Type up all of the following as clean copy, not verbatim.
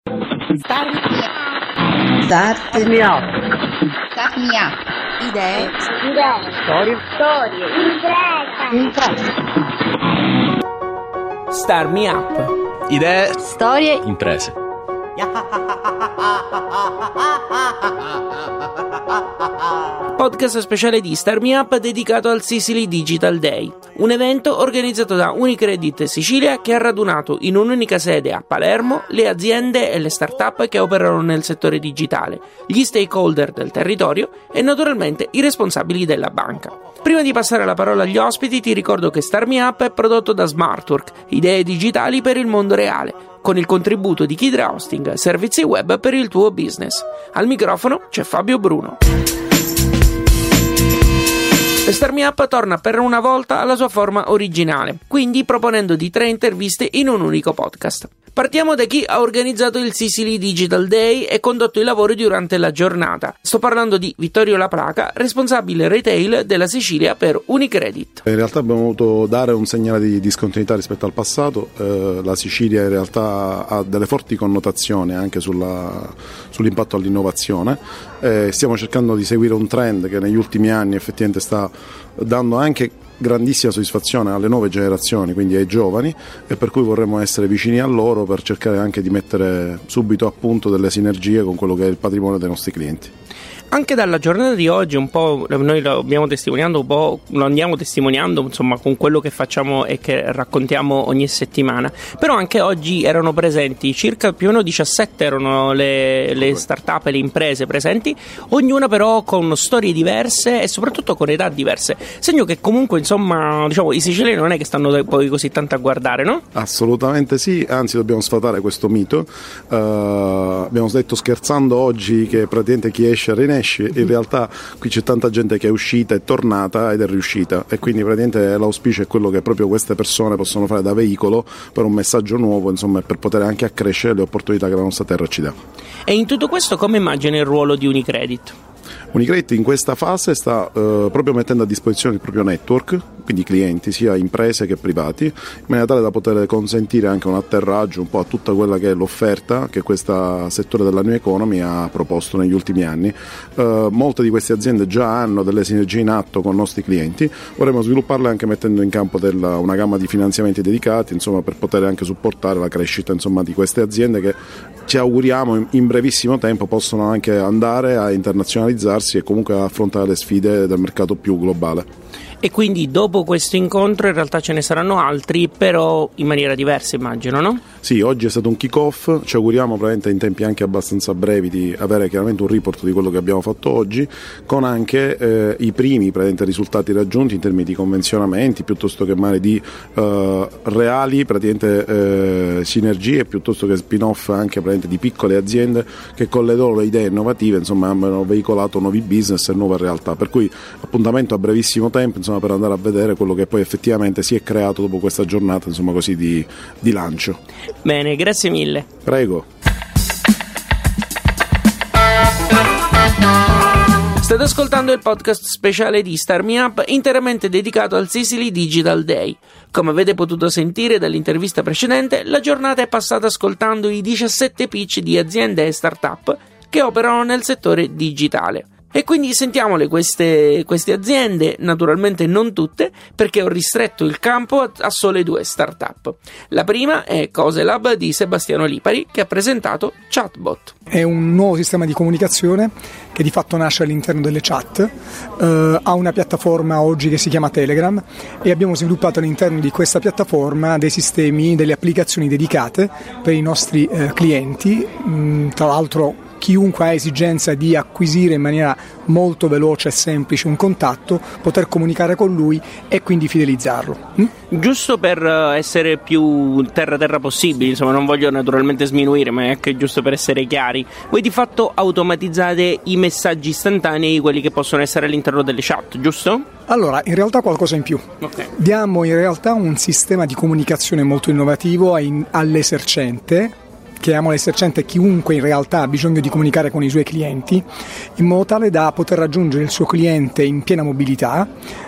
Start me up. Idee. Storie. Imprese. Start me up. Idee. Storie. Imprese. Podcast speciale di Start Me Up dedicato al Sicily Digital Day, un evento organizzato da Unicredit Sicilia che ha radunato in un'unica sede a Palermo le aziende e le start-up che operano nel settore digitale, gli stakeholder del territorio e naturalmente i responsabili della banca. Prima di passare la parola agli ospiti ti ricordo che Start Me Up è prodotto da Smartwork, idee digitali per il mondo reale, con il contributo di Kidra Hosting, servizi web per il tuo business. Al microfono c'è Fabio Bruno. Start Me Up torna per una volta alla sua forma originale, quindi proponendo di 3 interviste in un unico podcast. Partiamo da chi ha organizzato il Sicily Digital Day e condotto i lavori durante la giornata. Sto parlando di Vittorio Laplaca, responsabile retail della Sicilia per Unicredit. In realtà abbiamo voluto dare un segnale di discontinuità rispetto al passato. La Sicilia in realtà ha delle forti connotazioni anche sull'impatto all'innovazione. Stiamo cercando di seguire un trend che negli ultimi anni effettivamente sta dando anche grandissima soddisfazione alle nuove generazioni, quindi ai giovani, e per cui vorremmo essere vicini a loro per cercare anche di mettere subito a punto delle sinergie con quello che è il patrimonio dei nostri clienti. Anche dalla giornata di oggi un po' noi lo abbiamo testimoniato, un po' lo andiamo testimoniando, insomma, con quello che facciamo e che raccontiamo ogni settimana. Però anche oggi erano presenti circa più o meno 17 erano le start-up e le imprese presenti, ognuna però con storie diverse e soprattutto con età diverse. Segno che comunque, insomma, diciamo, i siciliani non è che stanno poi così tanto a guardare, no? Assolutamente sì, anzi dobbiamo sfatare questo mito. Abbiamo detto scherzando oggi che praticamente chi esce rinasce. In realtà qui c'è tanta gente che è uscita, è tornata ed è riuscita, e quindi praticamente l'auspicio è quello che proprio queste persone possono fare da veicolo per un messaggio nuovo, insomma, per poter anche accrescere le opportunità che la nostra terra ci dà. E in tutto questo come immagina il ruolo di Unicredit? Unicredit in questa fase sta proprio mettendo a disposizione il proprio network, quindi clienti sia imprese che privati, in maniera tale da poter consentire anche un atterraggio un po' a tutta quella che è l'offerta che questo settore della new economy ha proposto negli ultimi anni. Molte di queste aziende già hanno delle sinergie in atto con i nostri clienti, vorremmo svilupparle anche mettendo in campo una gamma di finanziamenti dedicati, insomma, per poter anche supportare la crescita, insomma, di queste aziende che ci auguriamo in brevissimo tempo possono anche andare a internazionalizzarsi e comunque a affrontare le sfide del mercato più globale. E quindi dopo questo incontro in realtà ce ne saranno altri, però in maniera diversa, immagino, no? Sì, oggi è stato un kick-off, ci auguriamo probabilmente in tempi anche abbastanza brevi di avere chiaramente un report di quello che abbiamo fatto oggi, con anche i primi risultati raggiunti in termini di convenzionamenti, piuttosto che magari di reali sinergie, piuttosto che spin-off anche di piccole aziende che con le loro idee innovative, insomma, hanno veicolato nuovi business e nuove realtà, per cui appuntamento a brevissimo tempo, insomma, per andare a vedere quello che poi effettivamente si è creato dopo questa giornata, insomma, così di lancio. Bene, grazie mille. Prego. State ascoltando il podcast speciale di Start Me Up interamente dedicato al Sicily Digital Day. Come avete potuto sentire dall'intervista precedente, la giornata è passata ascoltando i 17 pitch di aziende e start-up che operano nel settore digitale. E quindi sentiamole queste aziende, naturalmente non tutte, perché ho ristretto il campo a sole 2 start-up. La prima è Coselab di Sebastiano Lipari, che ha presentato Chatbot. È un nuovo sistema di comunicazione che di fatto nasce all'interno delle chat, ha una piattaforma oggi che si chiama Telegram, e abbiamo sviluppato all'interno di questa piattaforma dei sistemi, delle applicazioni dedicate per i nostri clienti, tra l'altro chiunque ha esigenza di acquisire in maniera molto veloce e semplice un contatto, poter comunicare con lui e quindi fidelizzarlo. Giusto per essere più terra possibile, insomma, non voglio naturalmente sminuire, ma è anche giusto per essere chiari, voi di fatto automatizzate i messaggi istantanei, quelli che possono essere all'interno delle chat, giusto? Allora, in realtà qualcosa in più. Okay. Diamo in realtà un sistema di comunicazione molto innovativo all'esercente, chiamiamo l'esercente chiunque in realtà ha bisogno di comunicare con i suoi clienti, in modo tale da poter raggiungere il suo cliente in piena mobilità,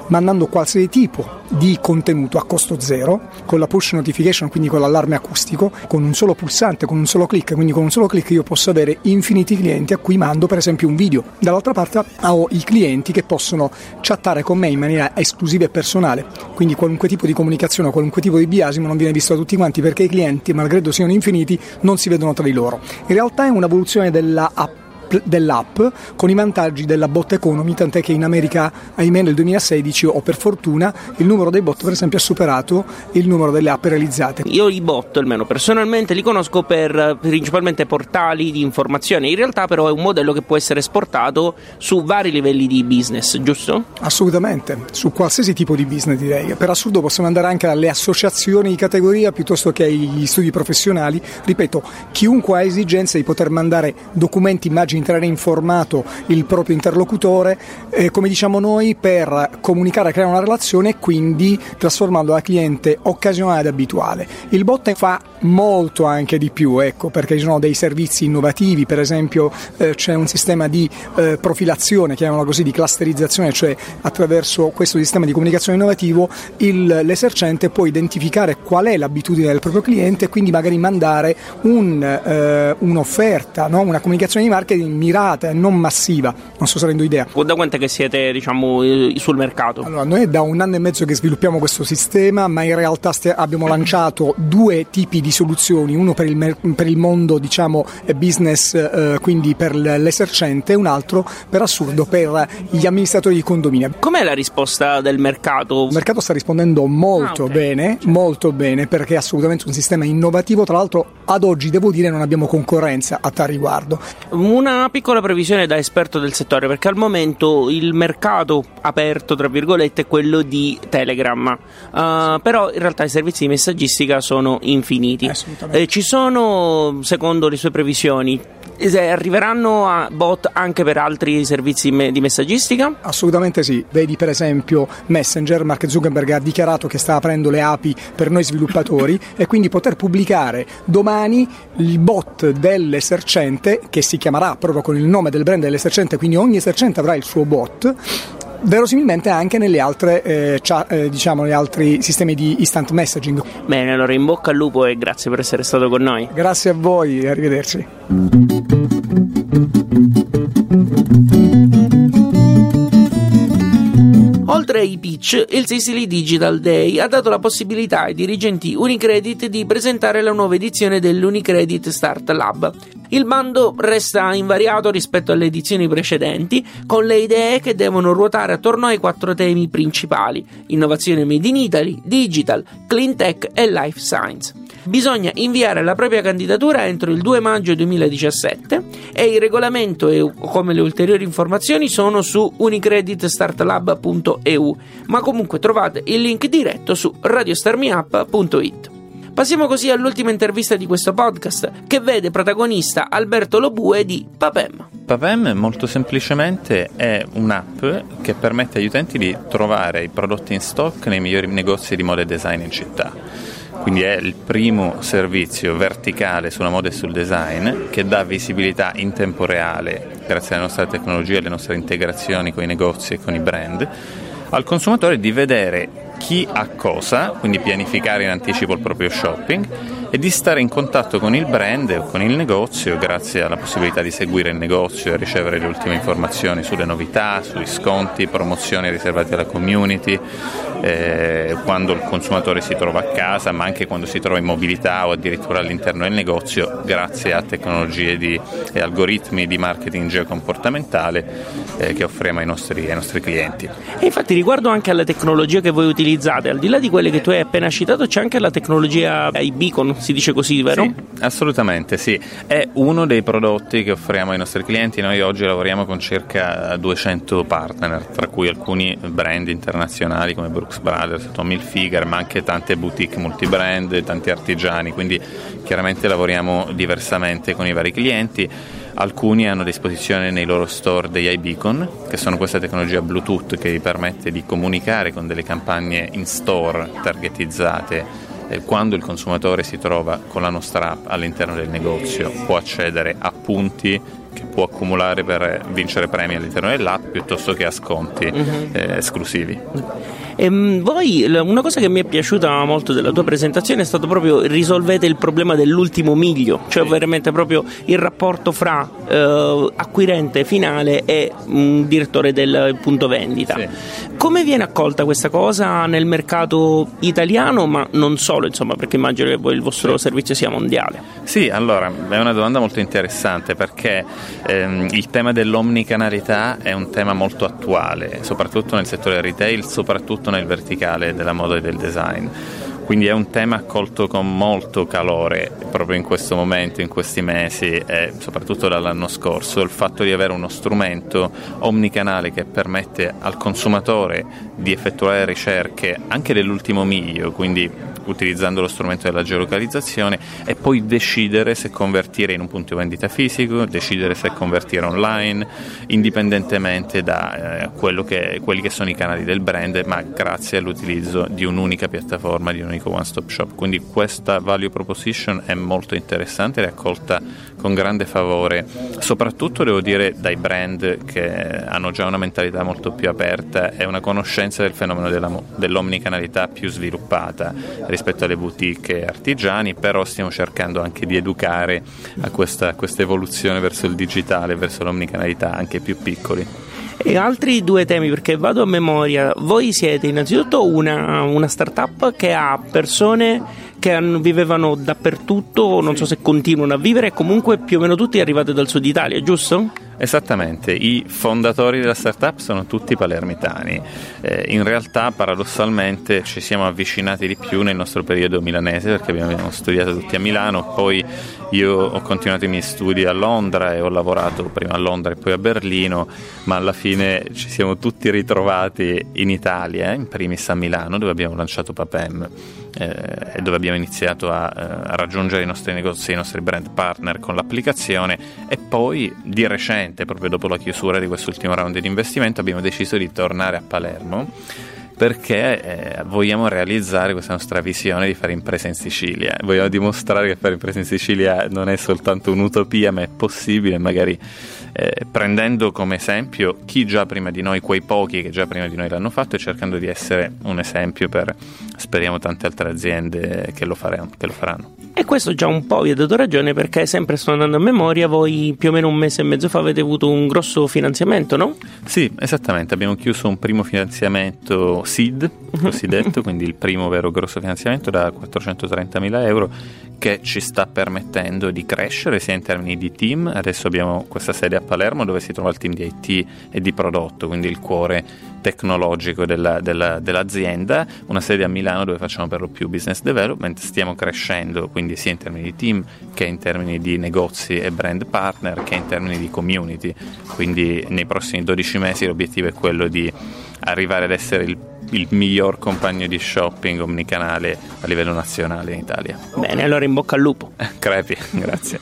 mandando qualsiasi tipo di contenuto a costo zero, con la push notification, quindi con l'allarme acustico, con un solo pulsante, con un solo click, quindi con un solo click io posso avere infiniti clienti a cui mando per esempio un video. Dall'altra parte ho i clienti che possono chattare con me in maniera esclusiva e personale, quindi qualunque tipo di comunicazione o qualunque tipo di biasimo non viene visto da tutti quanti, perché i clienti, malgrado siano infiniti, non si vedono tra di loro. In realtà è un'evoluzione dell'app con i vantaggi della bot economy, tant'è che in America, ahimè, nel 2016 o per fortuna il numero dei bot per esempio ha superato il numero delle app realizzate. Io i bot, almeno personalmente, li conosco per principalmente portali di informazione. In realtà però è un modello che può essere esportato su vari livelli di business, giusto? Assolutamente, su qualsiasi tipo di business direi. Per assurdo possiamo andare anche alle associazioni di categoria piuttosto che agli studi professionali. Ripeto, chiunque ha esigenza di poter mandare documenti, immagini, entrare in formato il proprio interlocutore, come diciamo noi, per comunicare, creare una relazione e quindi trasformarlo da cliente occasionale ad abituale. Il bot fa molto anche di più, ecco, perché ci sono dei servizi innovativi, per esempio c'è un sistema di profilazione, chiamiamolo così, di clusterizzazione, cioè attraverso questo sistema di comunicazione innovativo l'esercente può identificare qual è l'abitudine del proprio cliente e quindi magari mandare un'offerta, no? Una comunicazione di marketing mirata e non massiva. Non so se rendo idea. Da quant'è che siete, sul mercato? Allora, noi è da 1 anno e mezzo che sviluppiamo questo sistema, ma in realtà abbiamo lanciato 2 tipi di soluzioni, uno per il mondo, diciamo, business, quindi per l'esercente, e un altro, per assurdo, per gli amministratori di condominio. Com'è la risposta del mercato? Il mercato sta rispondendo molto bene, molto bene, perché è assolutamente un sistema innovativo. Tra l'altro ad oggi, devo dire, non abbiamo concorrenza a tal riguardo. Una piccola previsione da esperto del settore, perché al momento il mercato aperto, tra virgolette, è quello di Telegram, però in realtà i servizi di messaggistica sono infiniti. Ci sono, secondo le sue previsioni, arriveranno a bot anche per altri servizi di messaggistica? Assolutamente sì. Vedi per esempio Messenger, Mark Zuckerberg ha dichiarato che sta aprendo le API per noi sviluppatori e quindi poter pubblicare domani il bot dell'esercente, che si chiamerà proprio con il nome del brand dell'esercente, quindi ogni esercente avrà il suo bot, verosimilmente anche nelle altre negli altri sistemi di instant messaging. Bene, allora in bocca al lupo e grazie per essere stato con noi. Grazie a voi, arrivederci. Oltre ai pitch, il Sicily Digital Day ha dato la possibilità ai dirigenti Unicredit di presentare la nuova edizione dell'Unicredit Start Lab. Il bando resta invariato rispetto alle edizioni precedenti, con le idee che devono ruotare attorno ai 4 temi principali: innovazione made in Italy, digital, clean tech e life science. Bisogna inviare la propria candidatura entro il 2 maggio 2017 e il regolamento come le ulteriori informazioni sono su unicreditstartlab.eu, ma comunque trovate il link diretto su radiostarmiup.it. Passiamo così all'ultima intervista di questo podcast, che vede protagonista Alberto Lobue di Papem. Papem molto semplicemente è un'app che permette agli utenti di trovare i prodotti in stock nei migliori negozi di moda e design in città. Quindi è il primo servizio verticale sulla moda e sul design che dà visibilità in tempo reale, grazie alle nostre tecnologie e alle nostre integrazioni con i negozi e con i brand, al consumatore di vedere chi ha cosa, quindi pianificare in anticipo il proprio shopping, e di stare in contatto con il brand o con il negozio grazie alla possibilità di seguire il negozio e ricevere le ultime informazioni sulle novità, sugli sconti, promozioni riservate alla community, quando il consumatore si trova a casa, ma anche quando si trova in mobilità o addirittura all'interno del negozio, grazie a tecnologie e algoritmi di marketing geocomportamentale che offriamo ai nostri clienti. E infatti, riguardo anche alla tecnologia che voi utilizzate, al di là di quelle che tu hai appena citato, c'è anche la tecnologia ai beacon, si dice così, vero? Sì, assolutamente sì. È uno dei prodotti che offriamo ai nostri clienti. Noi oggi lavoriamo con circa 200 partner, tra cui alcuni brand internazionali come Brooks Brothers, Tommy Hilfiger, ma anche tante boutique multibrand, tanti artigiani, quindi chiaramente lavoriamo diversamente con i vari clienti. Alcuni hanno a disposizione nei loro store degli iBeacon, che sono questa tecnologia Bluetooth che vi permette di comunicare con delle campagne in store targetizzate. Quando il consumatore si trova con la nostra app all'interno del negozio può accedere a punti che può accumulare per vincere premi all'interno dell'app piuttosto che a sconti esclusivi. Voi, una cosa che mi è piaciuta molto della tua presentazione è stato proprio risolvete il problema dell'ultimo miglio, cioè veramente proprio il rapporto fra acquirente finale e direttore del punto vendita. Sì. Come viene accolta questa cosa nel mercato italiano, ma non solo, insomma, perché immagino che il vostro servizio sia mondiale? Sì, allora, è una domanda molto interessante perché il tema dell'omnicanalità è un tema molto attuale, soprattutto nel settore retail, soprattutto nel verticale della moda e del design. Quindi è un tema accolto con molto calore proprio in questo momento, in questi mesi e soprattutto dall'anno scorso, il fatto di avere uno strumento omnicanale che permette al consumatore di effettuare ricerche anche dell'ultimo miglio, quindi utilizzando lo strumento della geolocalizzazione, e poi decidere se convertire in un punto vendita fisico, decidere se convertire online, indipendentemente da quelli che sono i canali del brand, ma grazie all'utilizzo di un'unica piattaforma, di un unico one stop shop. Quindi questa value proposition è molto interessante ed è accolta con grande favore, soprattutto devo dire dai brand che hanno già una mentalità molto più aperta e una conoscenza del fenomeno dell'omnicanalità più sviluppata rispetto alle boutique artigiani, però stiamo cercando anche di educare a questa evoluzione verso il digitale, verso l'omnicanalità anche più piccoli. E altri due temi, perché vado a memoria. Voi siete innanzitutto una startup che ha persone che vivevano dappertutto, non so se continuano a vivere, e comunque più o meno tutti arrivate dal sud Italia, giusto? Esattamente, i fondatori della startup sono tutti palermitani. In realtà paradossalmente ci siamo avvicinati di più nel nostro periodo milanese perché abbiamo studiato tutti a Milano, poi io ho continuato i miei studi a Londra e ho lavorato prima a Londra e poi a Berlino, ma alla fine ci siamo tutti ritrovati in Italia, in primis a Milano dove abbiamo lanciato Papem e dove abbiamo iniziato a raggiungere i nostri negozi, i nostri brand partner con l'applicazione, e poi di recente, proprio dopo la chiusura di quest'ultimo round di investimento, abbiamo deciso di tornare a Palermo perché vogliamo realizzare questa nostra visione di fare impresa in Sicilia. Vogliamo dimostrare che fare impresa in Sicilia non è soltanto un'utopia, ma è possibile, magari prendendo come esempio chi già prima di noi, quei pochi che già prima di noi l'hanno fatto, e cercando di essere un esempio per, speriamo, tante altre aziende che lo faranno. E questo già un po' vi ha dato ragione, perché sempre sto andando a memoria, voi più o meno un mese e mezzo fa avete avuto un grosso finanziamento, no? Sì, esattamente, abbiamo chiuso un primo finanziamento seed, cosiddetto, quindi il primo vero grosso finanziamento da 430.000 euro, che ci sta permettendo di crescere sia in termini di team. Adesso abbiamo questa sede a Palermo dove si trova il team di IT e di prodotto, quindi il cuore tecnologico dell'azienda, una sede a Milano dove facciamo per lo più business development. Stiamo crescendo quindi sia in termini di team che in termini di negozi e brand partner che in termini di community, quindi nei prossimi 12 mesi l'obiettivo è quello di arrivare ad essere il miglior compagno di shopping omnicanale a livello nazionale in Italia. Bene, allora in bocca al lupo. Crepi, grazie.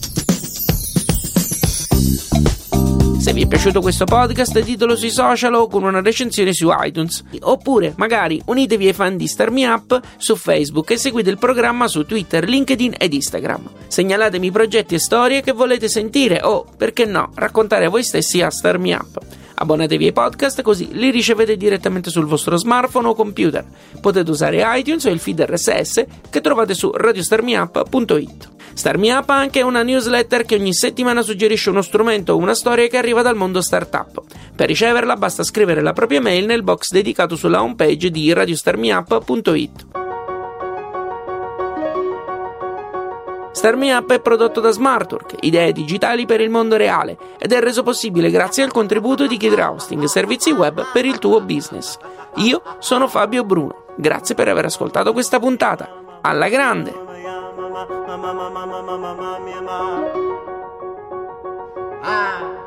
Se vi è piaciuto questo podcast, ditelo sui social o con una recensione su iTunes. Oppure, magari, unitevi ai fan di Start Me Up su Facebook e seguite il programma su Twitter, LinkedIn ed Instagram. Segnalatemi progetti e storie che volete sentire o, perché no, raccontare a voi stessi a Start Me Up. Abbonatevi ai podcast così li ricevete direttamente sul vostro smartphone o computer. Potete usare iTunes o il feed RSS che trovate su radiostarmeup.it. Start Me Up ha anche una newsletter che ogni settimana suggerisce uno strumento o una storia che arriva dal mondo startup. Per riceverla basta scrivere la propria mail nel box dedicato sulla homepage di radiostarmeup.it. Start Me Up è prodotto da Smartwork, idee digitali per il mondo reale, ed è reso possibile grazie al contributo di Kidra Hosting, servizi web per il tuo business. Io sono Fabio Bruno, grazie per aver ascoltato questa puntata. Alla grande! Ah.